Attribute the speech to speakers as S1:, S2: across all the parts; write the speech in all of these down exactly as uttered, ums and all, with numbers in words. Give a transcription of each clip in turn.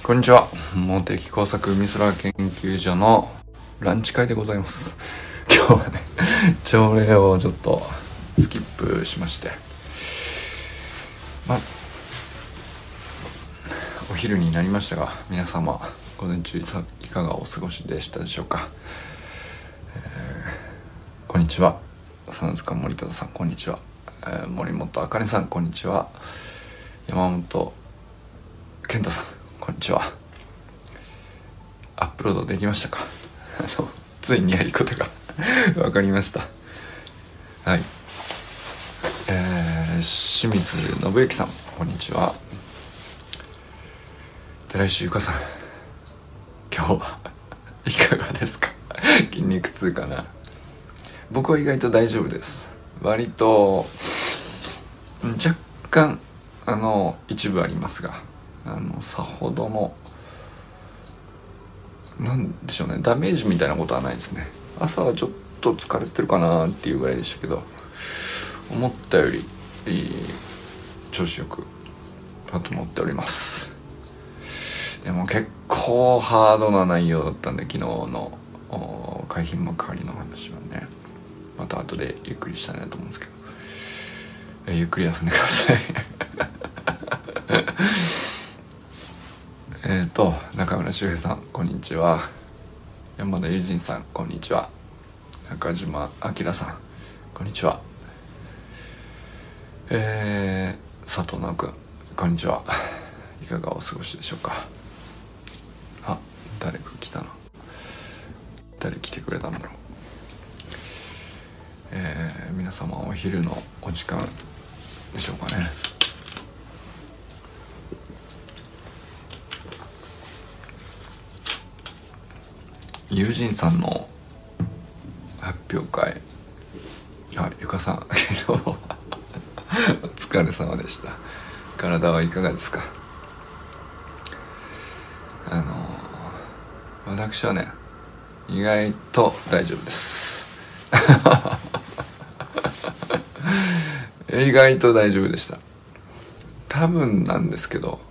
S1: こんにちは。茂木工作美空研究所のランチ会でございます。今日はね、朝礼をちょっとスキップしまして、まあ、お昼になりましたが、皆様午前中いかがお過ごしでしたでしょうか。えー、こんにちは。佐野塚森忠さん、こんにちは。えー、森本あかねさん、こんにちは。山本健太さん、こんにちは。アップロードできましたか？あのついにやり方が分かりました。はい。えー、清水信之さん、こんにちは。寺石ゆかさん、今日はいかがですか？筋肉痛かな。僕は意外と大丈夫です。割と若干あの一部ありますが、あのさほどのなんでしょうね、ダメージみたいなことはないですね。朝はちょっと疲れてるかなっていうぐらいでしたけど、思ったよりいい調子よく整っております。でも結構ハードな内容だったんで、昨日の海浜幕張の話はね、また後でゆっくりしたいなと思うんですけど、えゆっくり休んでくださいえっと中村修平さん、こんにちは。山田友人さん、こんにちは。中島明さん、こんにちは。えー、佐藤直君、こんにちは。いかがお過ごしでしょうか。あ、誰か来たな。誰来てくれたんだろう。えー、皆様お昼のお時間でしょうかね。友人さんの発表会、あ、ゆかさんお疲れ様でした。体はいかがですか？あの私はね、意外と大丈夫です意外と大丈夫でした。多分なんですけど、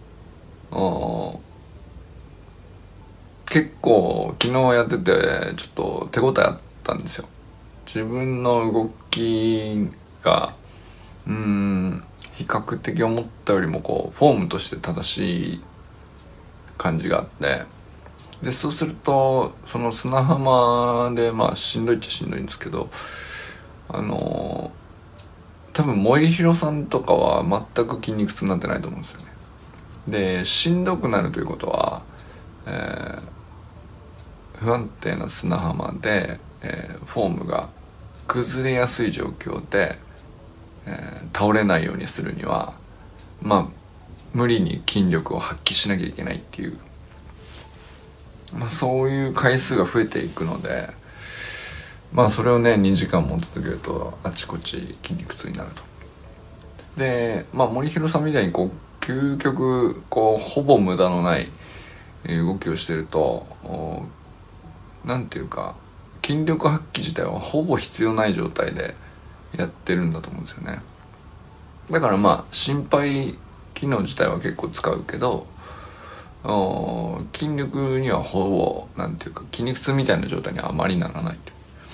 S1: 結構昨日やっててちょっと手応えあったんですよ。自分の動きがうーん比較的思ったよりもこうフォームとして正しい感じがあって、でそうするとその砂浜でまあしんどいっちゃしんどいんですけど、あの多分森弘さんとかは全く筋肉痛になってないと思うんですよね。でしんどくなるということは、えー、不安定な砂浜で、えー、フォームが崩れやすい状況で、えー、倒れないようにするにはまあ無理に筋力を発揮しなきゃいけないっていう、まあ、そういう回数が増えていくので、まあそれをねにじかんも続けるとあちこち筋肉痛になると。でまあ森弘さんみたいにこう究極こうほぼ無駄のない動きをしてると、なんていうか筋力発揮自体はほぼ必要ない状態でやってるんだと思うんですよね。だからまあ心肺機能自体は結構使うけど、筋力にはほぼなんていうか筋肉痛みたいな状態にはあまりならないと。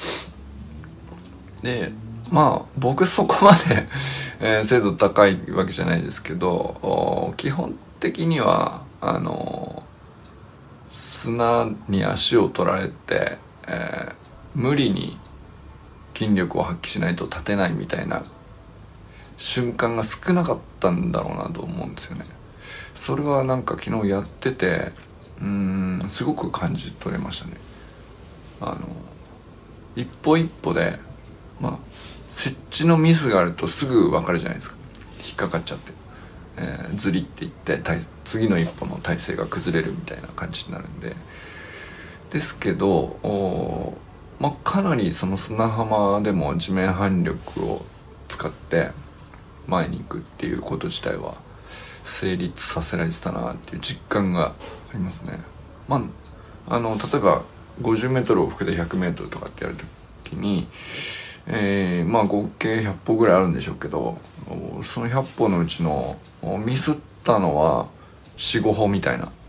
S1: でまあ僕そこまでえー、精度高いわけじゃないですけど、基本的にはあの砂に足を取られて、えー、無理に筋力を発揮しないと立てないみたいな瞬間が少なかったんだろうなと思うんですよね。それはなんか昨日やっててうーんすごく感じ取れましたね。あの一歩一歩でまあ設置のミスがあるとすぐ分かるじゃないですか。引っかかっちゃって、えー、ずりっていって次の一歩の体勢が崩れるみたいな感じになるんで、ですけどまあかなりその砂浜でも地面反力を使って前に行くっていうこと自体は成立させられてたなっていう実感がありますね。まああの例えばごじゅうメートル往復でひゃくメートルとかってやるときに、えー、まあ合計ひゃっぽ歩ぐらいあるんでしょうけど、そのひゃっぽ歩のうちのミスったのはよん、ご歩みたいな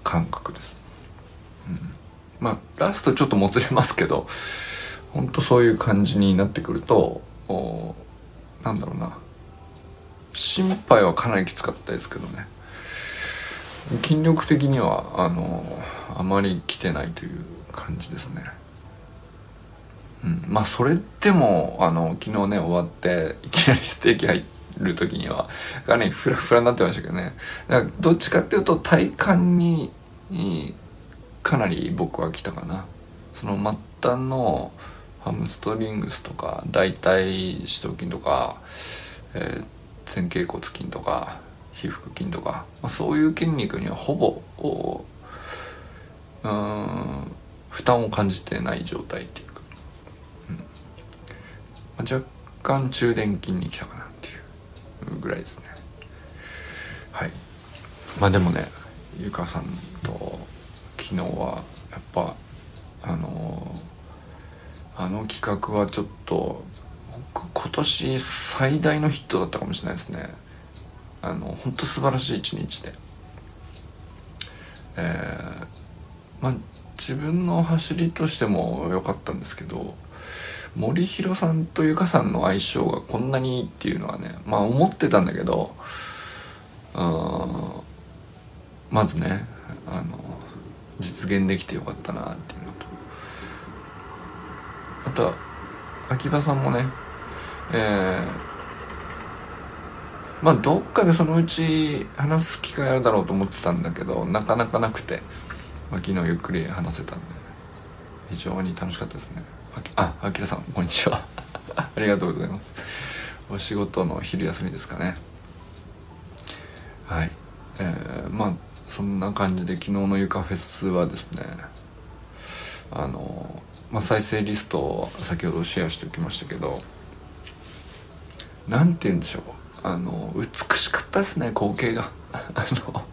S1: 感覚です、うん、まあラストちょっともつれますけど、ほんとそういう感じになってくると、なんだろうな、心肺はかなりきつかったですけどね、筋力的にはあのあまり来てないという感じですね。うん、まあそれでもあの昨日ね終わっていきなりステーキ入る時にはかなりフラフラになってましたけどね。だからどっちかっていうと体幹にかなり僕は来たかな。その末端のハムストリングスとか大腿四頭筋とか、えー、前脛骨筋とか皮腹筋とか、まあ、そういう筋肉にはほぼうーん負担を感じてない状態っていうか、うんまあ、若干中殿筋に来たかなっていうぐらいですね。はい。まあでもね、ゆかさんと昨日はやっぱあのー、あの企画はちょっと僕今年最大のヒットだったかもしれないですね。あの本当素晴らしい一日で、えー、まあ自分の走りとしても良かったんですけど、森弘さんとゆかさんの相性がこんなにいいっていうのはね、まあ思ってたんだけど、あまずねあの実現できてよかったなっていうのと、あとは秋葉さんもね、えー、まあどっかでそのうち話す機会あるだろうと思ってたんだけど、なかなかなくて、まあ、昨日ゆっくり話せたんで非常に楽しかったですね。あ、あきらさんこんにちはありがとうございます。お仕事の昼休みですかね。はい、えー、まあそんな感じで昨日のゆかフェスはですね、あの、まあ、再生リストを先ほどシェアしておきましたけど、なんて言うんでしょう、あの美しかったですね、光景があの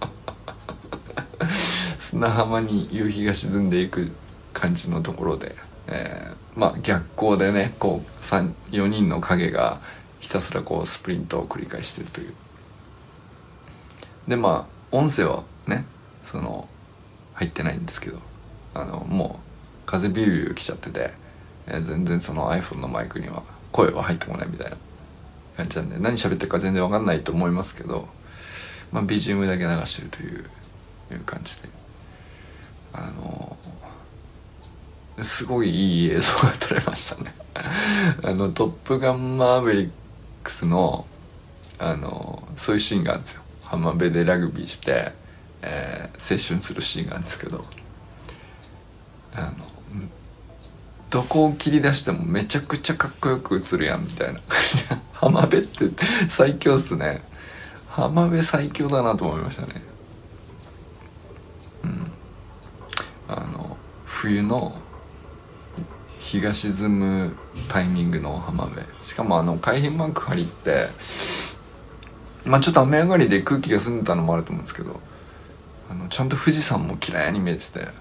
S1: 砂浜に夕日が沈んでいく感じのところで、えー、まあ逆光でね、こうさん、よにんの影がひたすらこうスプリントを繰り返しているという。でまあ音声はねその入ってないんですけど、あのもう風ビュービュー来ちゃってて、えー、全然その iPhone のマイクには声は入ってこないみたいな感じなんで、何喋ってるか全然わかんないと思いますけど、まあ ビージーエム だけ流してるといういう感じで、あのー、すごいいい映像が撮れましたねあのトップガンマーヴェリックスのあのー、そういうシーンがあるんですよ。浜辺でラグビーして、えー、青春するシーンがあるんですけど、あのどこを切り出してもめちゃくちゃかっこよく映るやんみたいな浜辺って最強っすね。浜辺最強だなと思いましたね。うん、あの冬の日が沈むタイミングの浜辺、しかもあの海浜幕張ってまあちょっと雨上がりで空気が澄んでたのもあると思うんですけど、あのちゃんと富士山も綺麗に見えてて、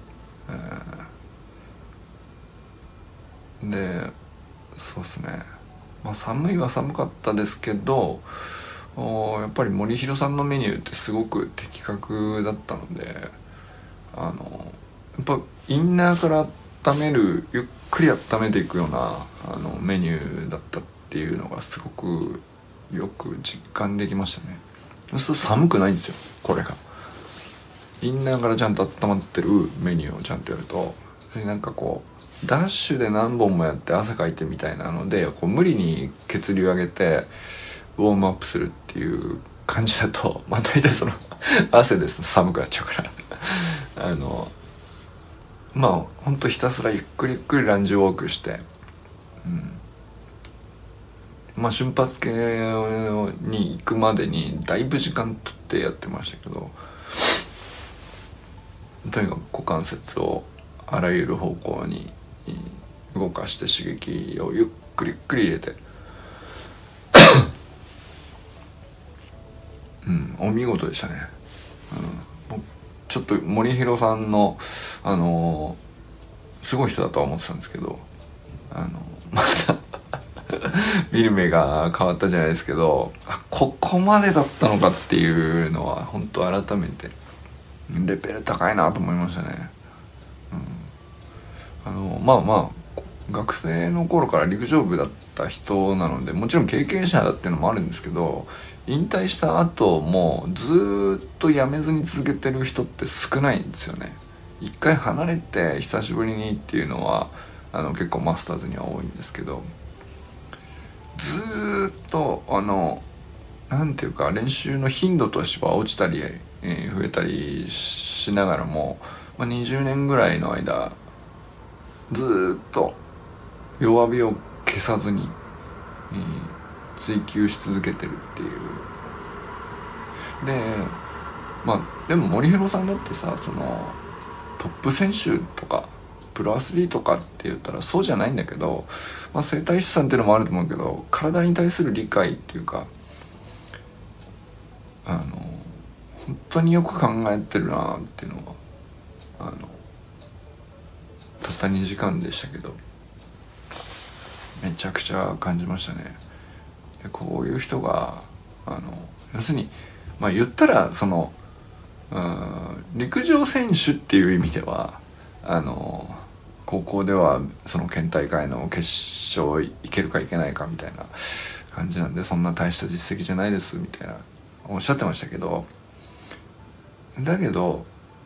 S1: えー、でそうっすね、まあ寒いは寒かったですけど、やっぱり森弘さんのメニューってすごく的確だったので、あのやっぱインナーから温める、ゆっくり温めていくようなあのメニューだったっていうのがすごくよく実感できましたね。そうすると寒くないんですよ、これが。インナーからちゃんと温まってるメニューをちゃんとやると、それなんかこうダッシュで何本もやって汗かいてみたいなのでこう無理に血流上げてウォームアップするっていう感じだと、まあ大体その汗です、寒くなっちゃうからあのまあほんとひたすらゆっくりゆっくりランジウォークして、うん、まあ瞬発系に行くまでにだいぶ時間とってやってましたけど、とにかく股関節をあらゆる方向に動かして刺激をゆっくりゆっくり入れてうん、お見事でしたね。うん、ちょっと森弘さんのあのー、すごい人だとは思ってたんですけど、あのまた見る目が変わったじゃないですけど、あここまでだったのかっていうのは本当改めてレベル高いなと思いましたね。うん、あのまあまあ学生の頃から陸上部だった人なので、もちろん経験者だっていうのもあるんですけど、引退した後もずっとやめずに続けてる人って少ないんですよね。一回離れて久しぶりにっていうのはあの結構マスターズには多いんですけど、ずっとあのなんていうか練習の頻度としては落ちたり、えー増えたりしながらも、まあ、にじゅうねんぐらいの間ずっと弱火を消さずに、えー追求し続けてるっていう。でまあでも森弘さんだってさ、そのトップ選手とかプロアスリートかって言ったらそうじゃないんだけど、まあ、整体師さんっていうのもあると思うけど、体に対する理解っていうか、あの本当によく考えてるなっていうのは、あのたったにじかんでしたけどめちゃくちゃ感じましたね。でこういう人があの要するにまあ言ったらそのうん陸上選手っていう意味ではあの高校ではその県大会の決勝いけるかいけないかみたいな感じなんで、そんな大した実績じゃないですみたいなおっしゃってましたけど、だけど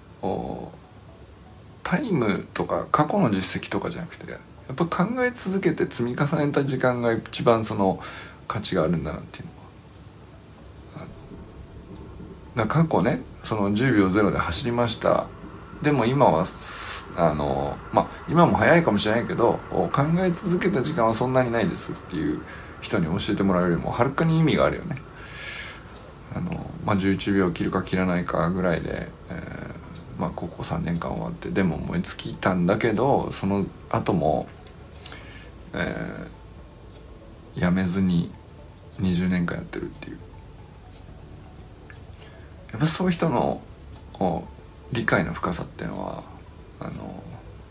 S1: タイムとか過去の実績とかじゃなくて、やっぱ考え続けて積み重ねた時間が一番その価値があるんだなっていうのは、だから過去ねそのじゅうびょうゼロで走りました。でも今はあのまあ今も早いかもしれないけど考え続けた時間はそんなにないですっていう人に教えてもらうよりもはるかに意味があるよね。あの、まあ、じゅういちびょう切るか切らないかぐらいで、えーまあ、高校さんねんかん終わってでも燃え尽きたんだけど、その後も、えー、やめずににじゅうねんかんやってるっていう、やっぱそういう人の理解の深さっていうのはあの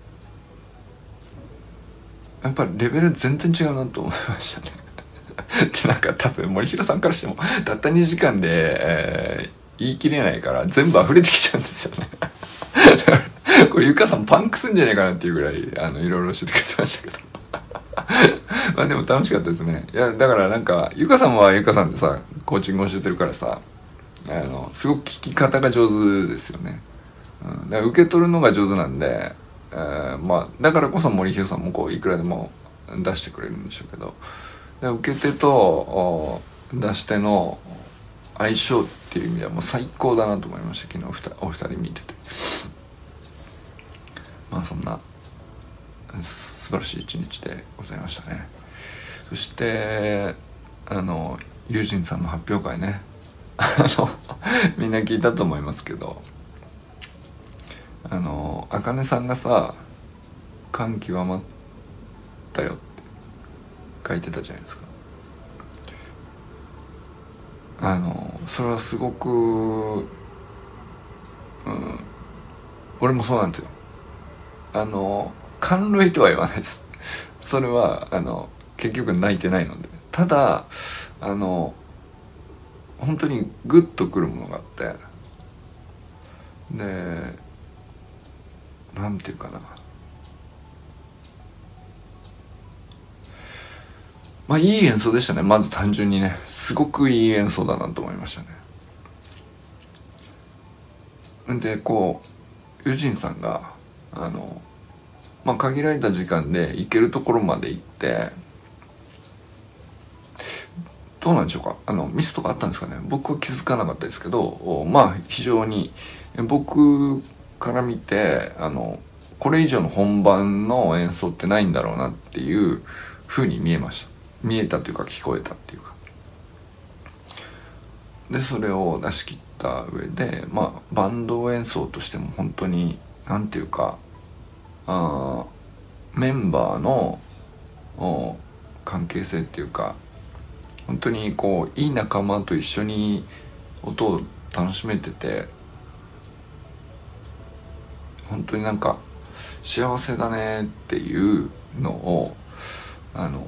S1: やっぱりレベル全然違うなと思いましたねでなんか多分森弘さんからしてもたったにじかんで、えー、言い切れないから全部溢れてきちゃうんですよねこれゆかさんパンクすんじゃないかなっていうぐらいあのいろいろ教えてくれてましたけどまあでも楽しかったですね。いやだからなんかゆかさんはゆかさんでさコーチング教えてるからさ、あのすごく聞き方が上手ですよね。うん、だから受け取るのが上手なんで、えー、まあだからこそ森弘さんもこういくらでも出してくれるんでしょうけど、で受け手と出し手の相性っていう意味ではもう最高だなと思いました、昨日お二人見てて。まあそんな素晴らしい一日でございましたね。そしてあのユージンさんの発表会ねあのみんな聞いたと思いますけど、あのあかねさんがさ感極まったよって書いてたじゃないですか。あのそれはすごく、うん、俺もそうなんですよ。あの感涙とは言わないです。それはあの結局泣いてないので、ただあの本当にグッとくるものがあって、でなんていうかな、まあいい演奏でしたね。まず単純にねすごくいい演奏だなと思いましたね。でこうユジンさんがあのまあ限られた時間で行けるところまで行って、どうなんでしょうか、あのミスとかあったんですかね。僕は気づかなかったですけど、まあ非常に僕から見てあのこれ以上の本番の演奏ってないんだろうなっていう風に見えました。見えたというか聞こえたっていうか、でそれを出し切った上で、まあバンド演奏としても本当になんていうか、あメンバーの関係性っていうか、本当にこういい仲間と一緒に音を楽しめてて、本当になんか幸せだねっていうのをあの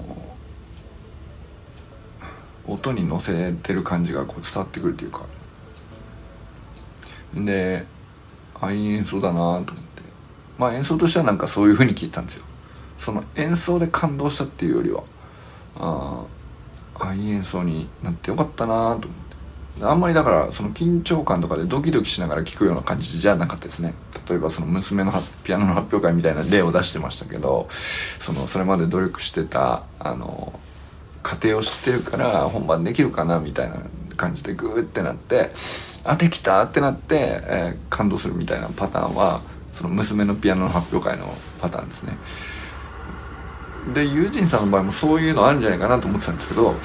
S1: 音に乗せてる感じがこう伝わってくるっていうか、でああいい演奏だなと思って、まあ演奏としてはなんかそういう風に聞いてたんですよ。その演奏で感動したっていうよりは、ああいい演奏になってよかったなと思って、あんまりだからその緊張感とかでドキドキしながら聴くような感じじゃなかったですね。例えばその娘のピアノの発表会みたいな例を出してましたけど、そのそれまで努力してたあの過程を知ってるから本番できるかなみたいな感じでグーってなって、あできたってなって、えー、感動するみたいなパターンはその娘のピアノの発表会のパターンですね。でユージンさんの場合もそういうのあるんじゃないかなと思ってたんですけど、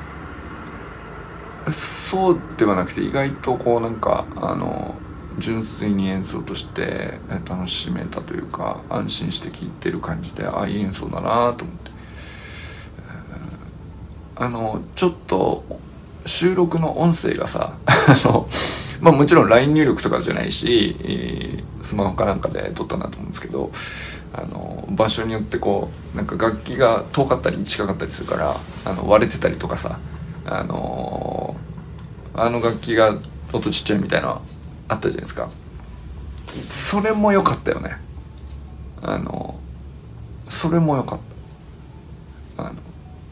S1: そうではなくて意外とこうなんかあの純粋に演奏として楽しめたというか、安心して聴いてる感じで、ああいい演奏だなと思って、えー、あのちょっと収録の音声がさあのまあもちろん ライン 入力とかじゃないし、えー、スマホかなんかで撮ったんだと思うんですけど、あの場所によってこうなんか楽器が遠かったり近かったりするから、あの割れてたりとかさ、あのー、あの楽器が音ちっちゃいみたいなあったじゃないですか。それも良かったよね。あのそれも良かった。あの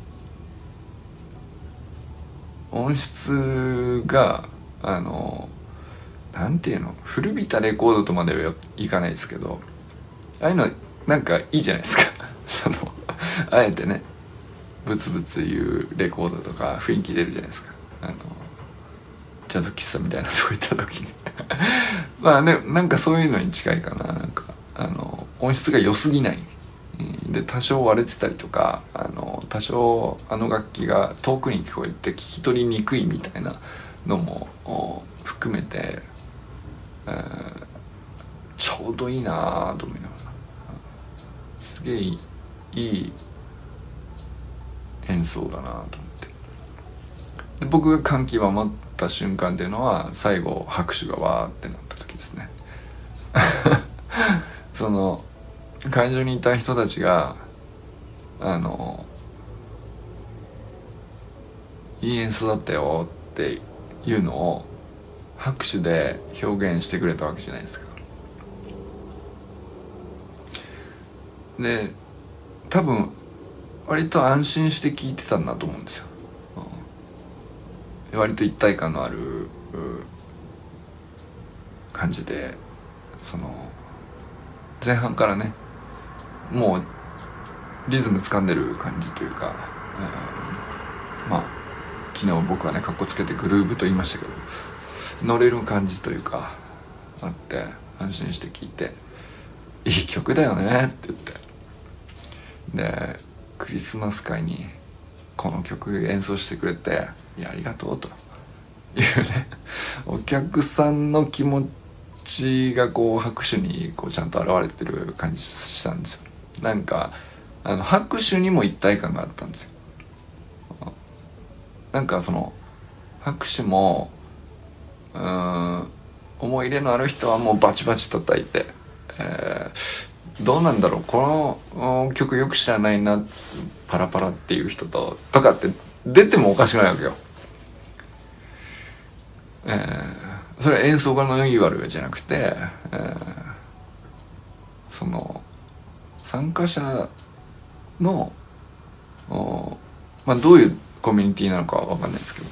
S1: 音質があのなんていうの、古びたレコードとまではいかないですけど、ああいうのなんかいいじゃないですかそのあえてねブツブツ言うレコードとか雰囲気出るじゃないですか。あのジャズ喫茶みたいなとこ行った時にまあね、なんかそういうのに近いかな。なんかあの音質が良すぎないで、多少割れてたりとか、あの多少あの楽器が遠くに聞こえて聞き取りにくいみたいなのも含めて、えー、ちょうどいいなと思いながら、すげえいい演奏だなと思って、で僕が感極まった瞬間っていうのは最後拍手がわーってなった時ですねその会場にいた人たちがあのいい演奏だったよっていうのを拍手で表現してくれたわけじゃないですか。で多分割と安心して聞いてたんだと思うんですよ、うん、割と一体感のある感じで、その前半からねもうリズム掴んでる感じというか、うん、まあ昨日僕はねカッコつけてグルーブと言いましたけど、乗れる感じというかあって安心して聴いて、いい曲だよねって言って、でクリスマス会にこの曲演奏してくれていやありがとうというねお客さんの気持ちがこう拍手にこうちゃんと現れてる感じしたんですよ。なんかあの拍手にも一体感があったんですよ。なんかその拍手もうーん思い入れのある人はもうバチバチ叩いて、えー、どうなんだろうこの曲よく知らないなパラパラっていう人ととかって出てもおかしくないわけよ。えー、それは演奏家の良い悪いじゃなくて、えー、その参加者のまあどういうコミュニティなのかは分かんないですけど、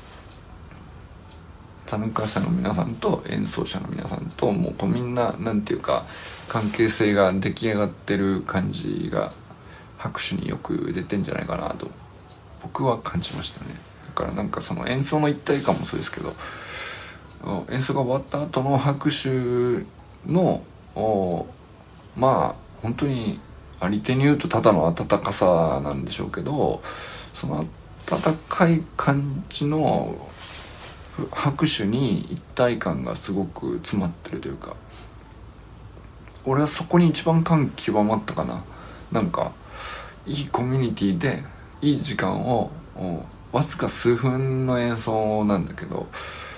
S1: 参加者の皆さんと演奏者の皆さんともうこうみんななんていうか関係性が出来上がってる感じが拍手によく出てんじゃないかなと僕は感じましたね。だからなんかその演奏の一体感もそうですけど、演奏が終わった後の拍手のまあ本当にあり手に言うとただの温かさなんでしょうけど、その温かい感じの拍手に一体感がすごく詰まってるというか、俺はそこに一番感極まったかな。なんかいいコミュニティでいい時間をわずか数分の演奏なんだけど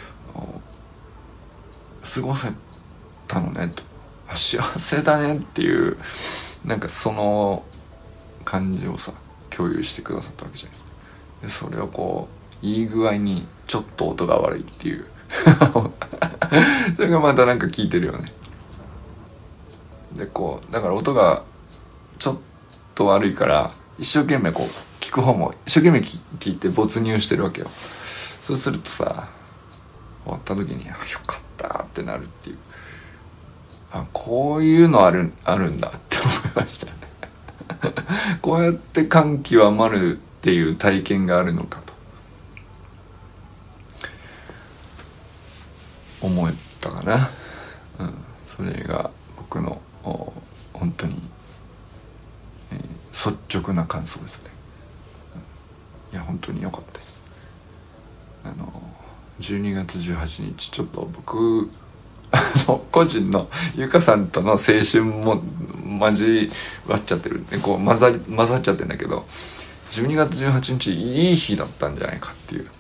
S1: 過ごせたのねと、幸せだねっていうなんかその感じをさ共有してくださったわけじゃないですか。でそれをこういい具合にちょっと音が悪いっていうそれがまたなんか効いてるよね。 でこうだから音がちょっと悪いから一生懸命こう聞く方も一生懸命聞いて没入してるわけよ。そうするとさ終わった時に「あよかった」ってなるっていう、あこういうのあるあるんだって思いましたねこうやって感極まるっていう体験があるのかと思ったかな、うん、それが僕の本当に、えー、率直な感想ですね、うん、いや本当に良かったです。あのじゅうにがつじゅうはちにちちょっと僕あの個人のゆかさんとの青春も交わっちゃってるんでこう混ざり混ざっちゃってるんだけど、じゅうにがつじゅうはちにちいい日だったんじゃないかっていう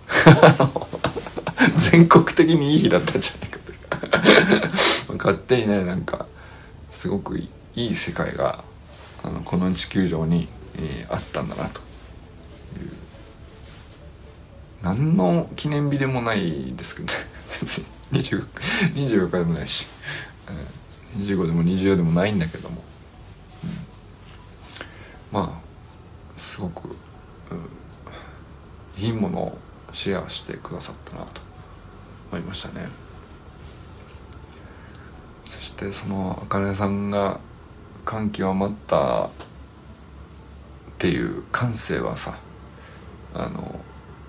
S1: 全国的にいい日だったんじゃないかという勝手にねなんかすごくいい世界があのこの地球上に、えー、あったんだなという、何の記念日でもないですけどね別ににじゅうごかでもないし、うん、にじゅうごでもにじゅうよんでもないんだけども、うん、まあすごく、うん、いいものをシェアしてくださったなと思いましたね。そしてそのあかねさんが感極まったっていう感性はさ、あの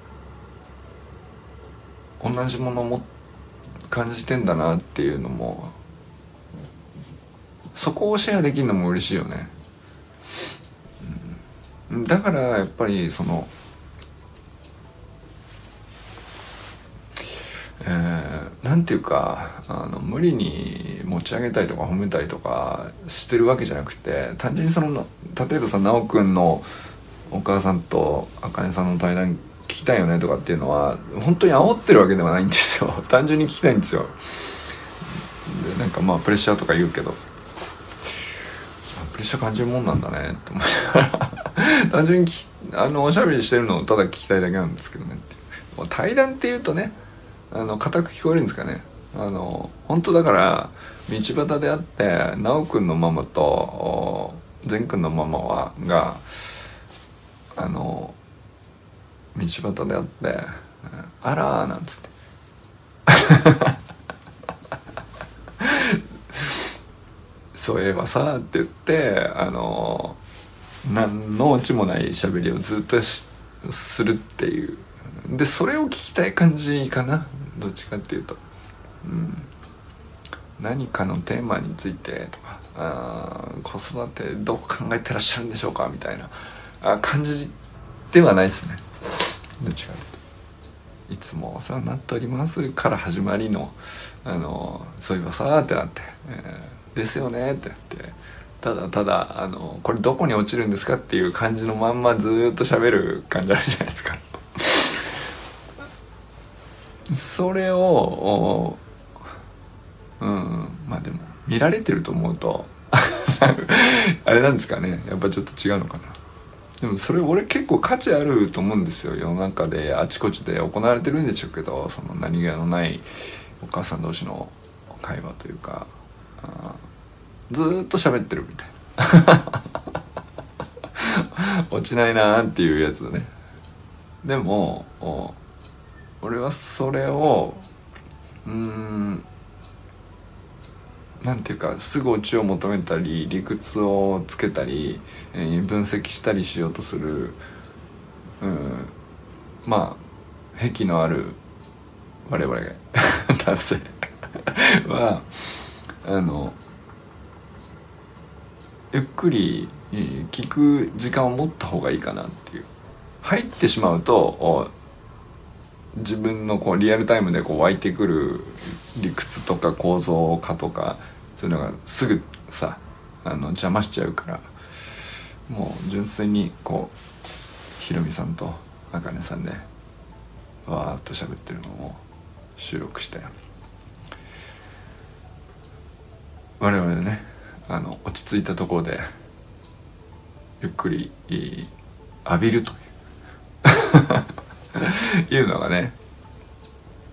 S1: 同じものも感じてんだなっていうのも、そこをシェアできるのも嬉しいよね、うん、だからやっぱりそのえー、なんていうかあの無理に持ち上げたりとか褒めたりとかしてるわけじゃなくて、単純にその例えばさ奈くんのお母さんとあかねさんの対談聞きたいよねとかっていうのは本当に煽ってるわけではないんですよ単純に聞きたいんですよ。でなんかまあプレッシャーとか言うけどプレッシャー感じるもんなんだねって思いながら単純にあのおしゃべりしてるのをただ聞きたいだけなんですけどねっていう。対談っていうとねあの固く聞こえるんですかね。あの本当だから道端であって奈くんのママと善くんのママはがあの道端であって「あら」なんつってそういえばさって言ってあの何のオチもない喋りをずっとするっていうで、それを聞きたい感じかな、どっちかっていうと、うん、何かのテーマについてとかあ子育てどう考えてらっしゃるんでしょうかみたいなあ感じではないですね。どっちかというといつもお世話になっておりますから始まりのあのそういえばさーってなって、えー、ですよねってなってただただあのこれどこに落ちるんですかっていう感じのまんまずっと喋る感じあるじゃないですかそれをうんまあでも見られてると思うとあれなんですかね、やっぱちょっと違うのかな。でもそれ俺結構価値あると思うんですよ。世の中であちこちで行われてるんでしょうけど、その何気のないお母さん同士の会話というかあずーっと喋ってるみたいな落ちないなーっていうやつだね。でも俺はそれをうーんなんていうかすぐオチを求めたり理屈をつけたり、えー、分析したりしようとする、うん、まあ癖のある我々男性はあのゆっくり聞く時間を持った方がいいかなっていう。入ってしまうと自分のこうリアルタイムでこう湧いてくる理屈とか構造化とかそういうのがすぐさあの邪魔しちゃうから、もう純粋にこうひろみさんとあかねさんでわーっと喋ってるのを収録して我々ねあの落ち着いたところでゆっくり浴びるといういうのがね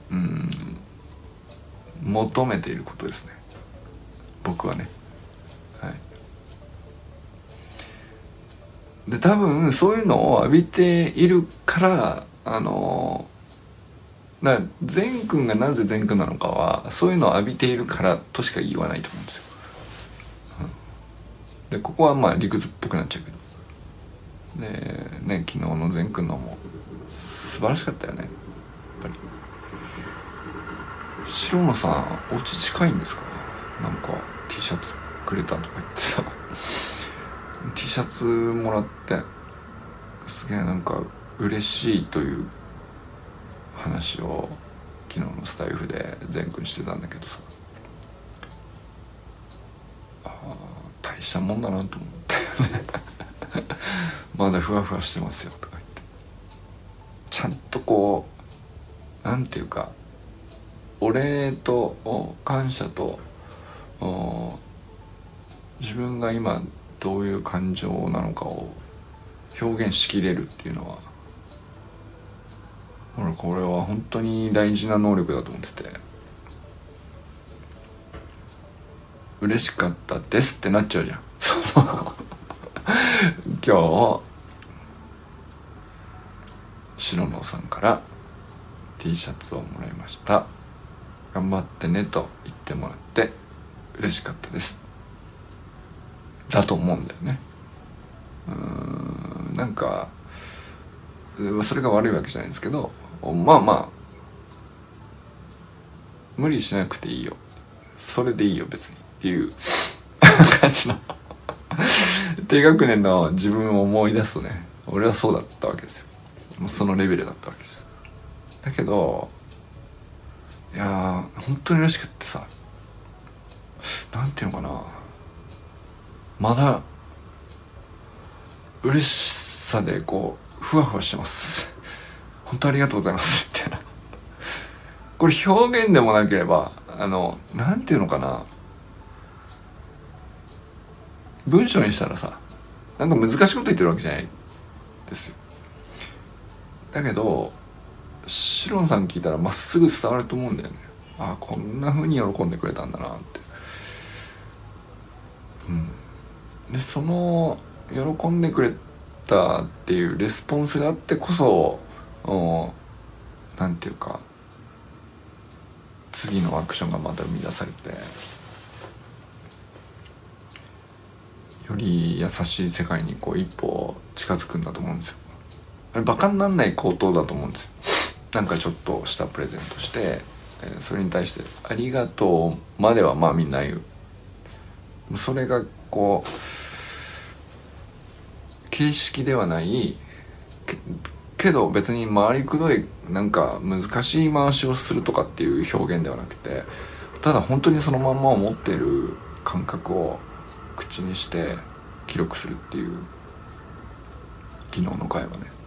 S1: うん求めていることですね、僕はね。 はい、で多分そういうのを浴びているからあのだから善くんがなぜ善くんなのかはそういうのを浴びているからとしか言わないと思うんですよ、うん、でここはまあ理屈っぽくなっちゃうけどでね、昨日の善くんのも素晴らしかったよね。やっぱり白野さんお家近いんですか？なんか T シャツくれたとか言ってさT シャツもらってすげえなんか嬉しいという話を昨日のスタイフで善くんしてたんだけどさ、あ大したもんだなと思ったよねまだふわふわしてますよとか言ってちゃんとこうなんていうかお礼と感謝と自分が今どういう感情なのかを表現しきれるっていうのは俺これは本当に大事な能力だと思ってて、嬉しかったですってなっちゃうじゃんその今日白野さんから T シャツをもらいました、頑張ってねと言ってもらって嬉しかったですだと思うんだよね。うーんなんかそれが悪いわけじゃないんですけど、まあまあ無理しなくていいよそれでいいよ別にっていう感じの低学年の自分を思い出すとね、俺はそうだったわけですよ。もうそのレベルだったわけです。だけどいやー本当に嬉しくってさ、なんていうのかな、まだ嬉しさでこうふわふわしてます本当ありがとうございますみたいなこれ表現でもなければあのなんていうのかな、文章にしたらさなんか難しいこと言ってるわけじゃないですよ。だけどシロンさん聞いたらまっすぐ伝わると思うんだよね。ああこんな風に喜んでくれたんだなって、うん、でその喜んでくれたっていうレスポンスがあってこそなんていうか次のアクションがまた生み出されてより優しい世界にこう一歩近づくんだと思うんですよ。あれバカになんない行動だと思うんですよ。なんかちょっとしたプレゼントして、えー、それに対してありがとうまではまあみんな言う。それがこう形式ではないけけど別に回りくどいなんか難しい回しをするとかっていう表現ではなくて、ただ本当にそのまんまを持っている感覚を口にして記録するっていう昨日の会話ね、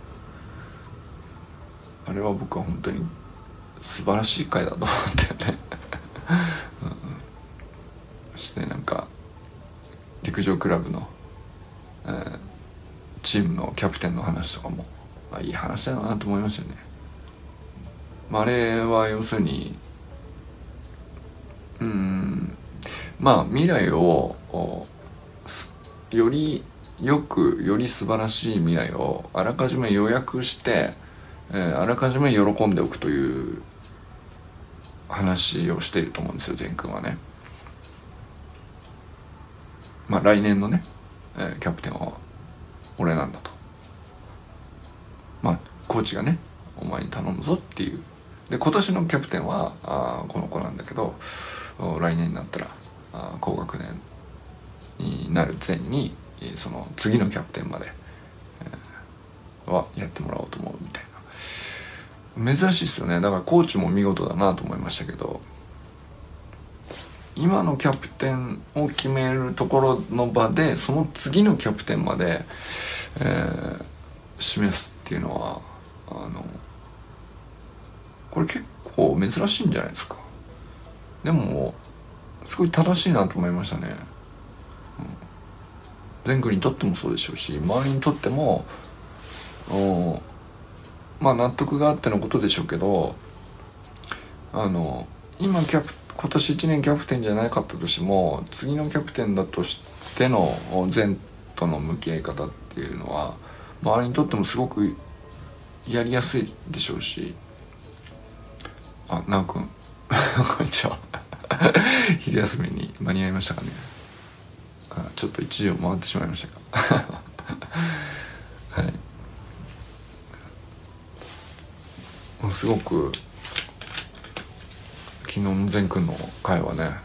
S1: あれは僕は本当に素晴らしい回だと思ってね、うん、そしてなんか陸上クラブの、えー、チームのキャプテンの話とかも、まあ、いい話だなと思いましたね。まあ、あれは要するにうーんまあ未来をよりよくより素晴らしい未来をあらかじめ予約して、えー、あらかじめ喜んでおくという話をしていると思うんですよ善くんはね。まあ来年のね、えー、キャプテンは俺なんだと、まあコーチがねお前に頼むぞっていう。で今年のキャプテンはあこの子なんだけど来年になったらあ高学年になる前にその次のキャプテンまで、えー、はやってもらおうと思うみたいな。珍しいですよね。だからコーチも見事だなと思いましたけど、今のキャプテンを決めるところの場でその次のキャプテンまで、えー、示すっていうのはあのこれ結構珍しいんじゃないですか。でもすごい正しいなと思いましたね。善くんにとってもそうでしょうし周りにとってもまあ納得があってのことでしょうけど、あの今キャプ今年いちねんキャプテンじゃなかったとしても次のキャプテンだとしでの善との向き合い方っていうのは周りにとってもすごくやりやすいでしょうし、あ、なおくんこんにちは昼休みに間に合いましたかね。あ、ちょっと一時を回ってしまいましたかはい、もうすごく昨日の善くんの会はね、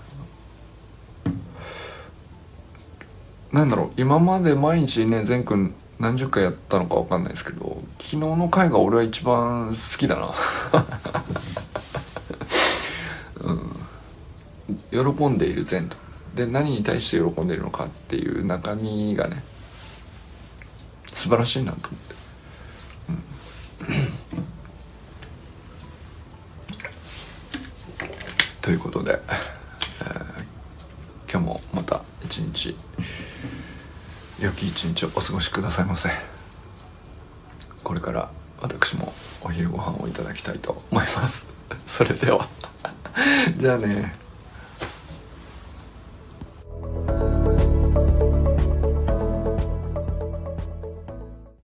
S1: なんだろう、今まで毎日ね善くん何十回やったのか分かんないですけど、昨日の回が俺は一番好きだな、うん、喜んでいる善とで何に対して喜んでいるのかっていう中身がね素晴らしいなと思って、うん、ということで、えー、今日もまた一日良き一日をお過ごしくださいませ。これから私もお昼ご飯をいただきたいと思いますそれではじゃあね。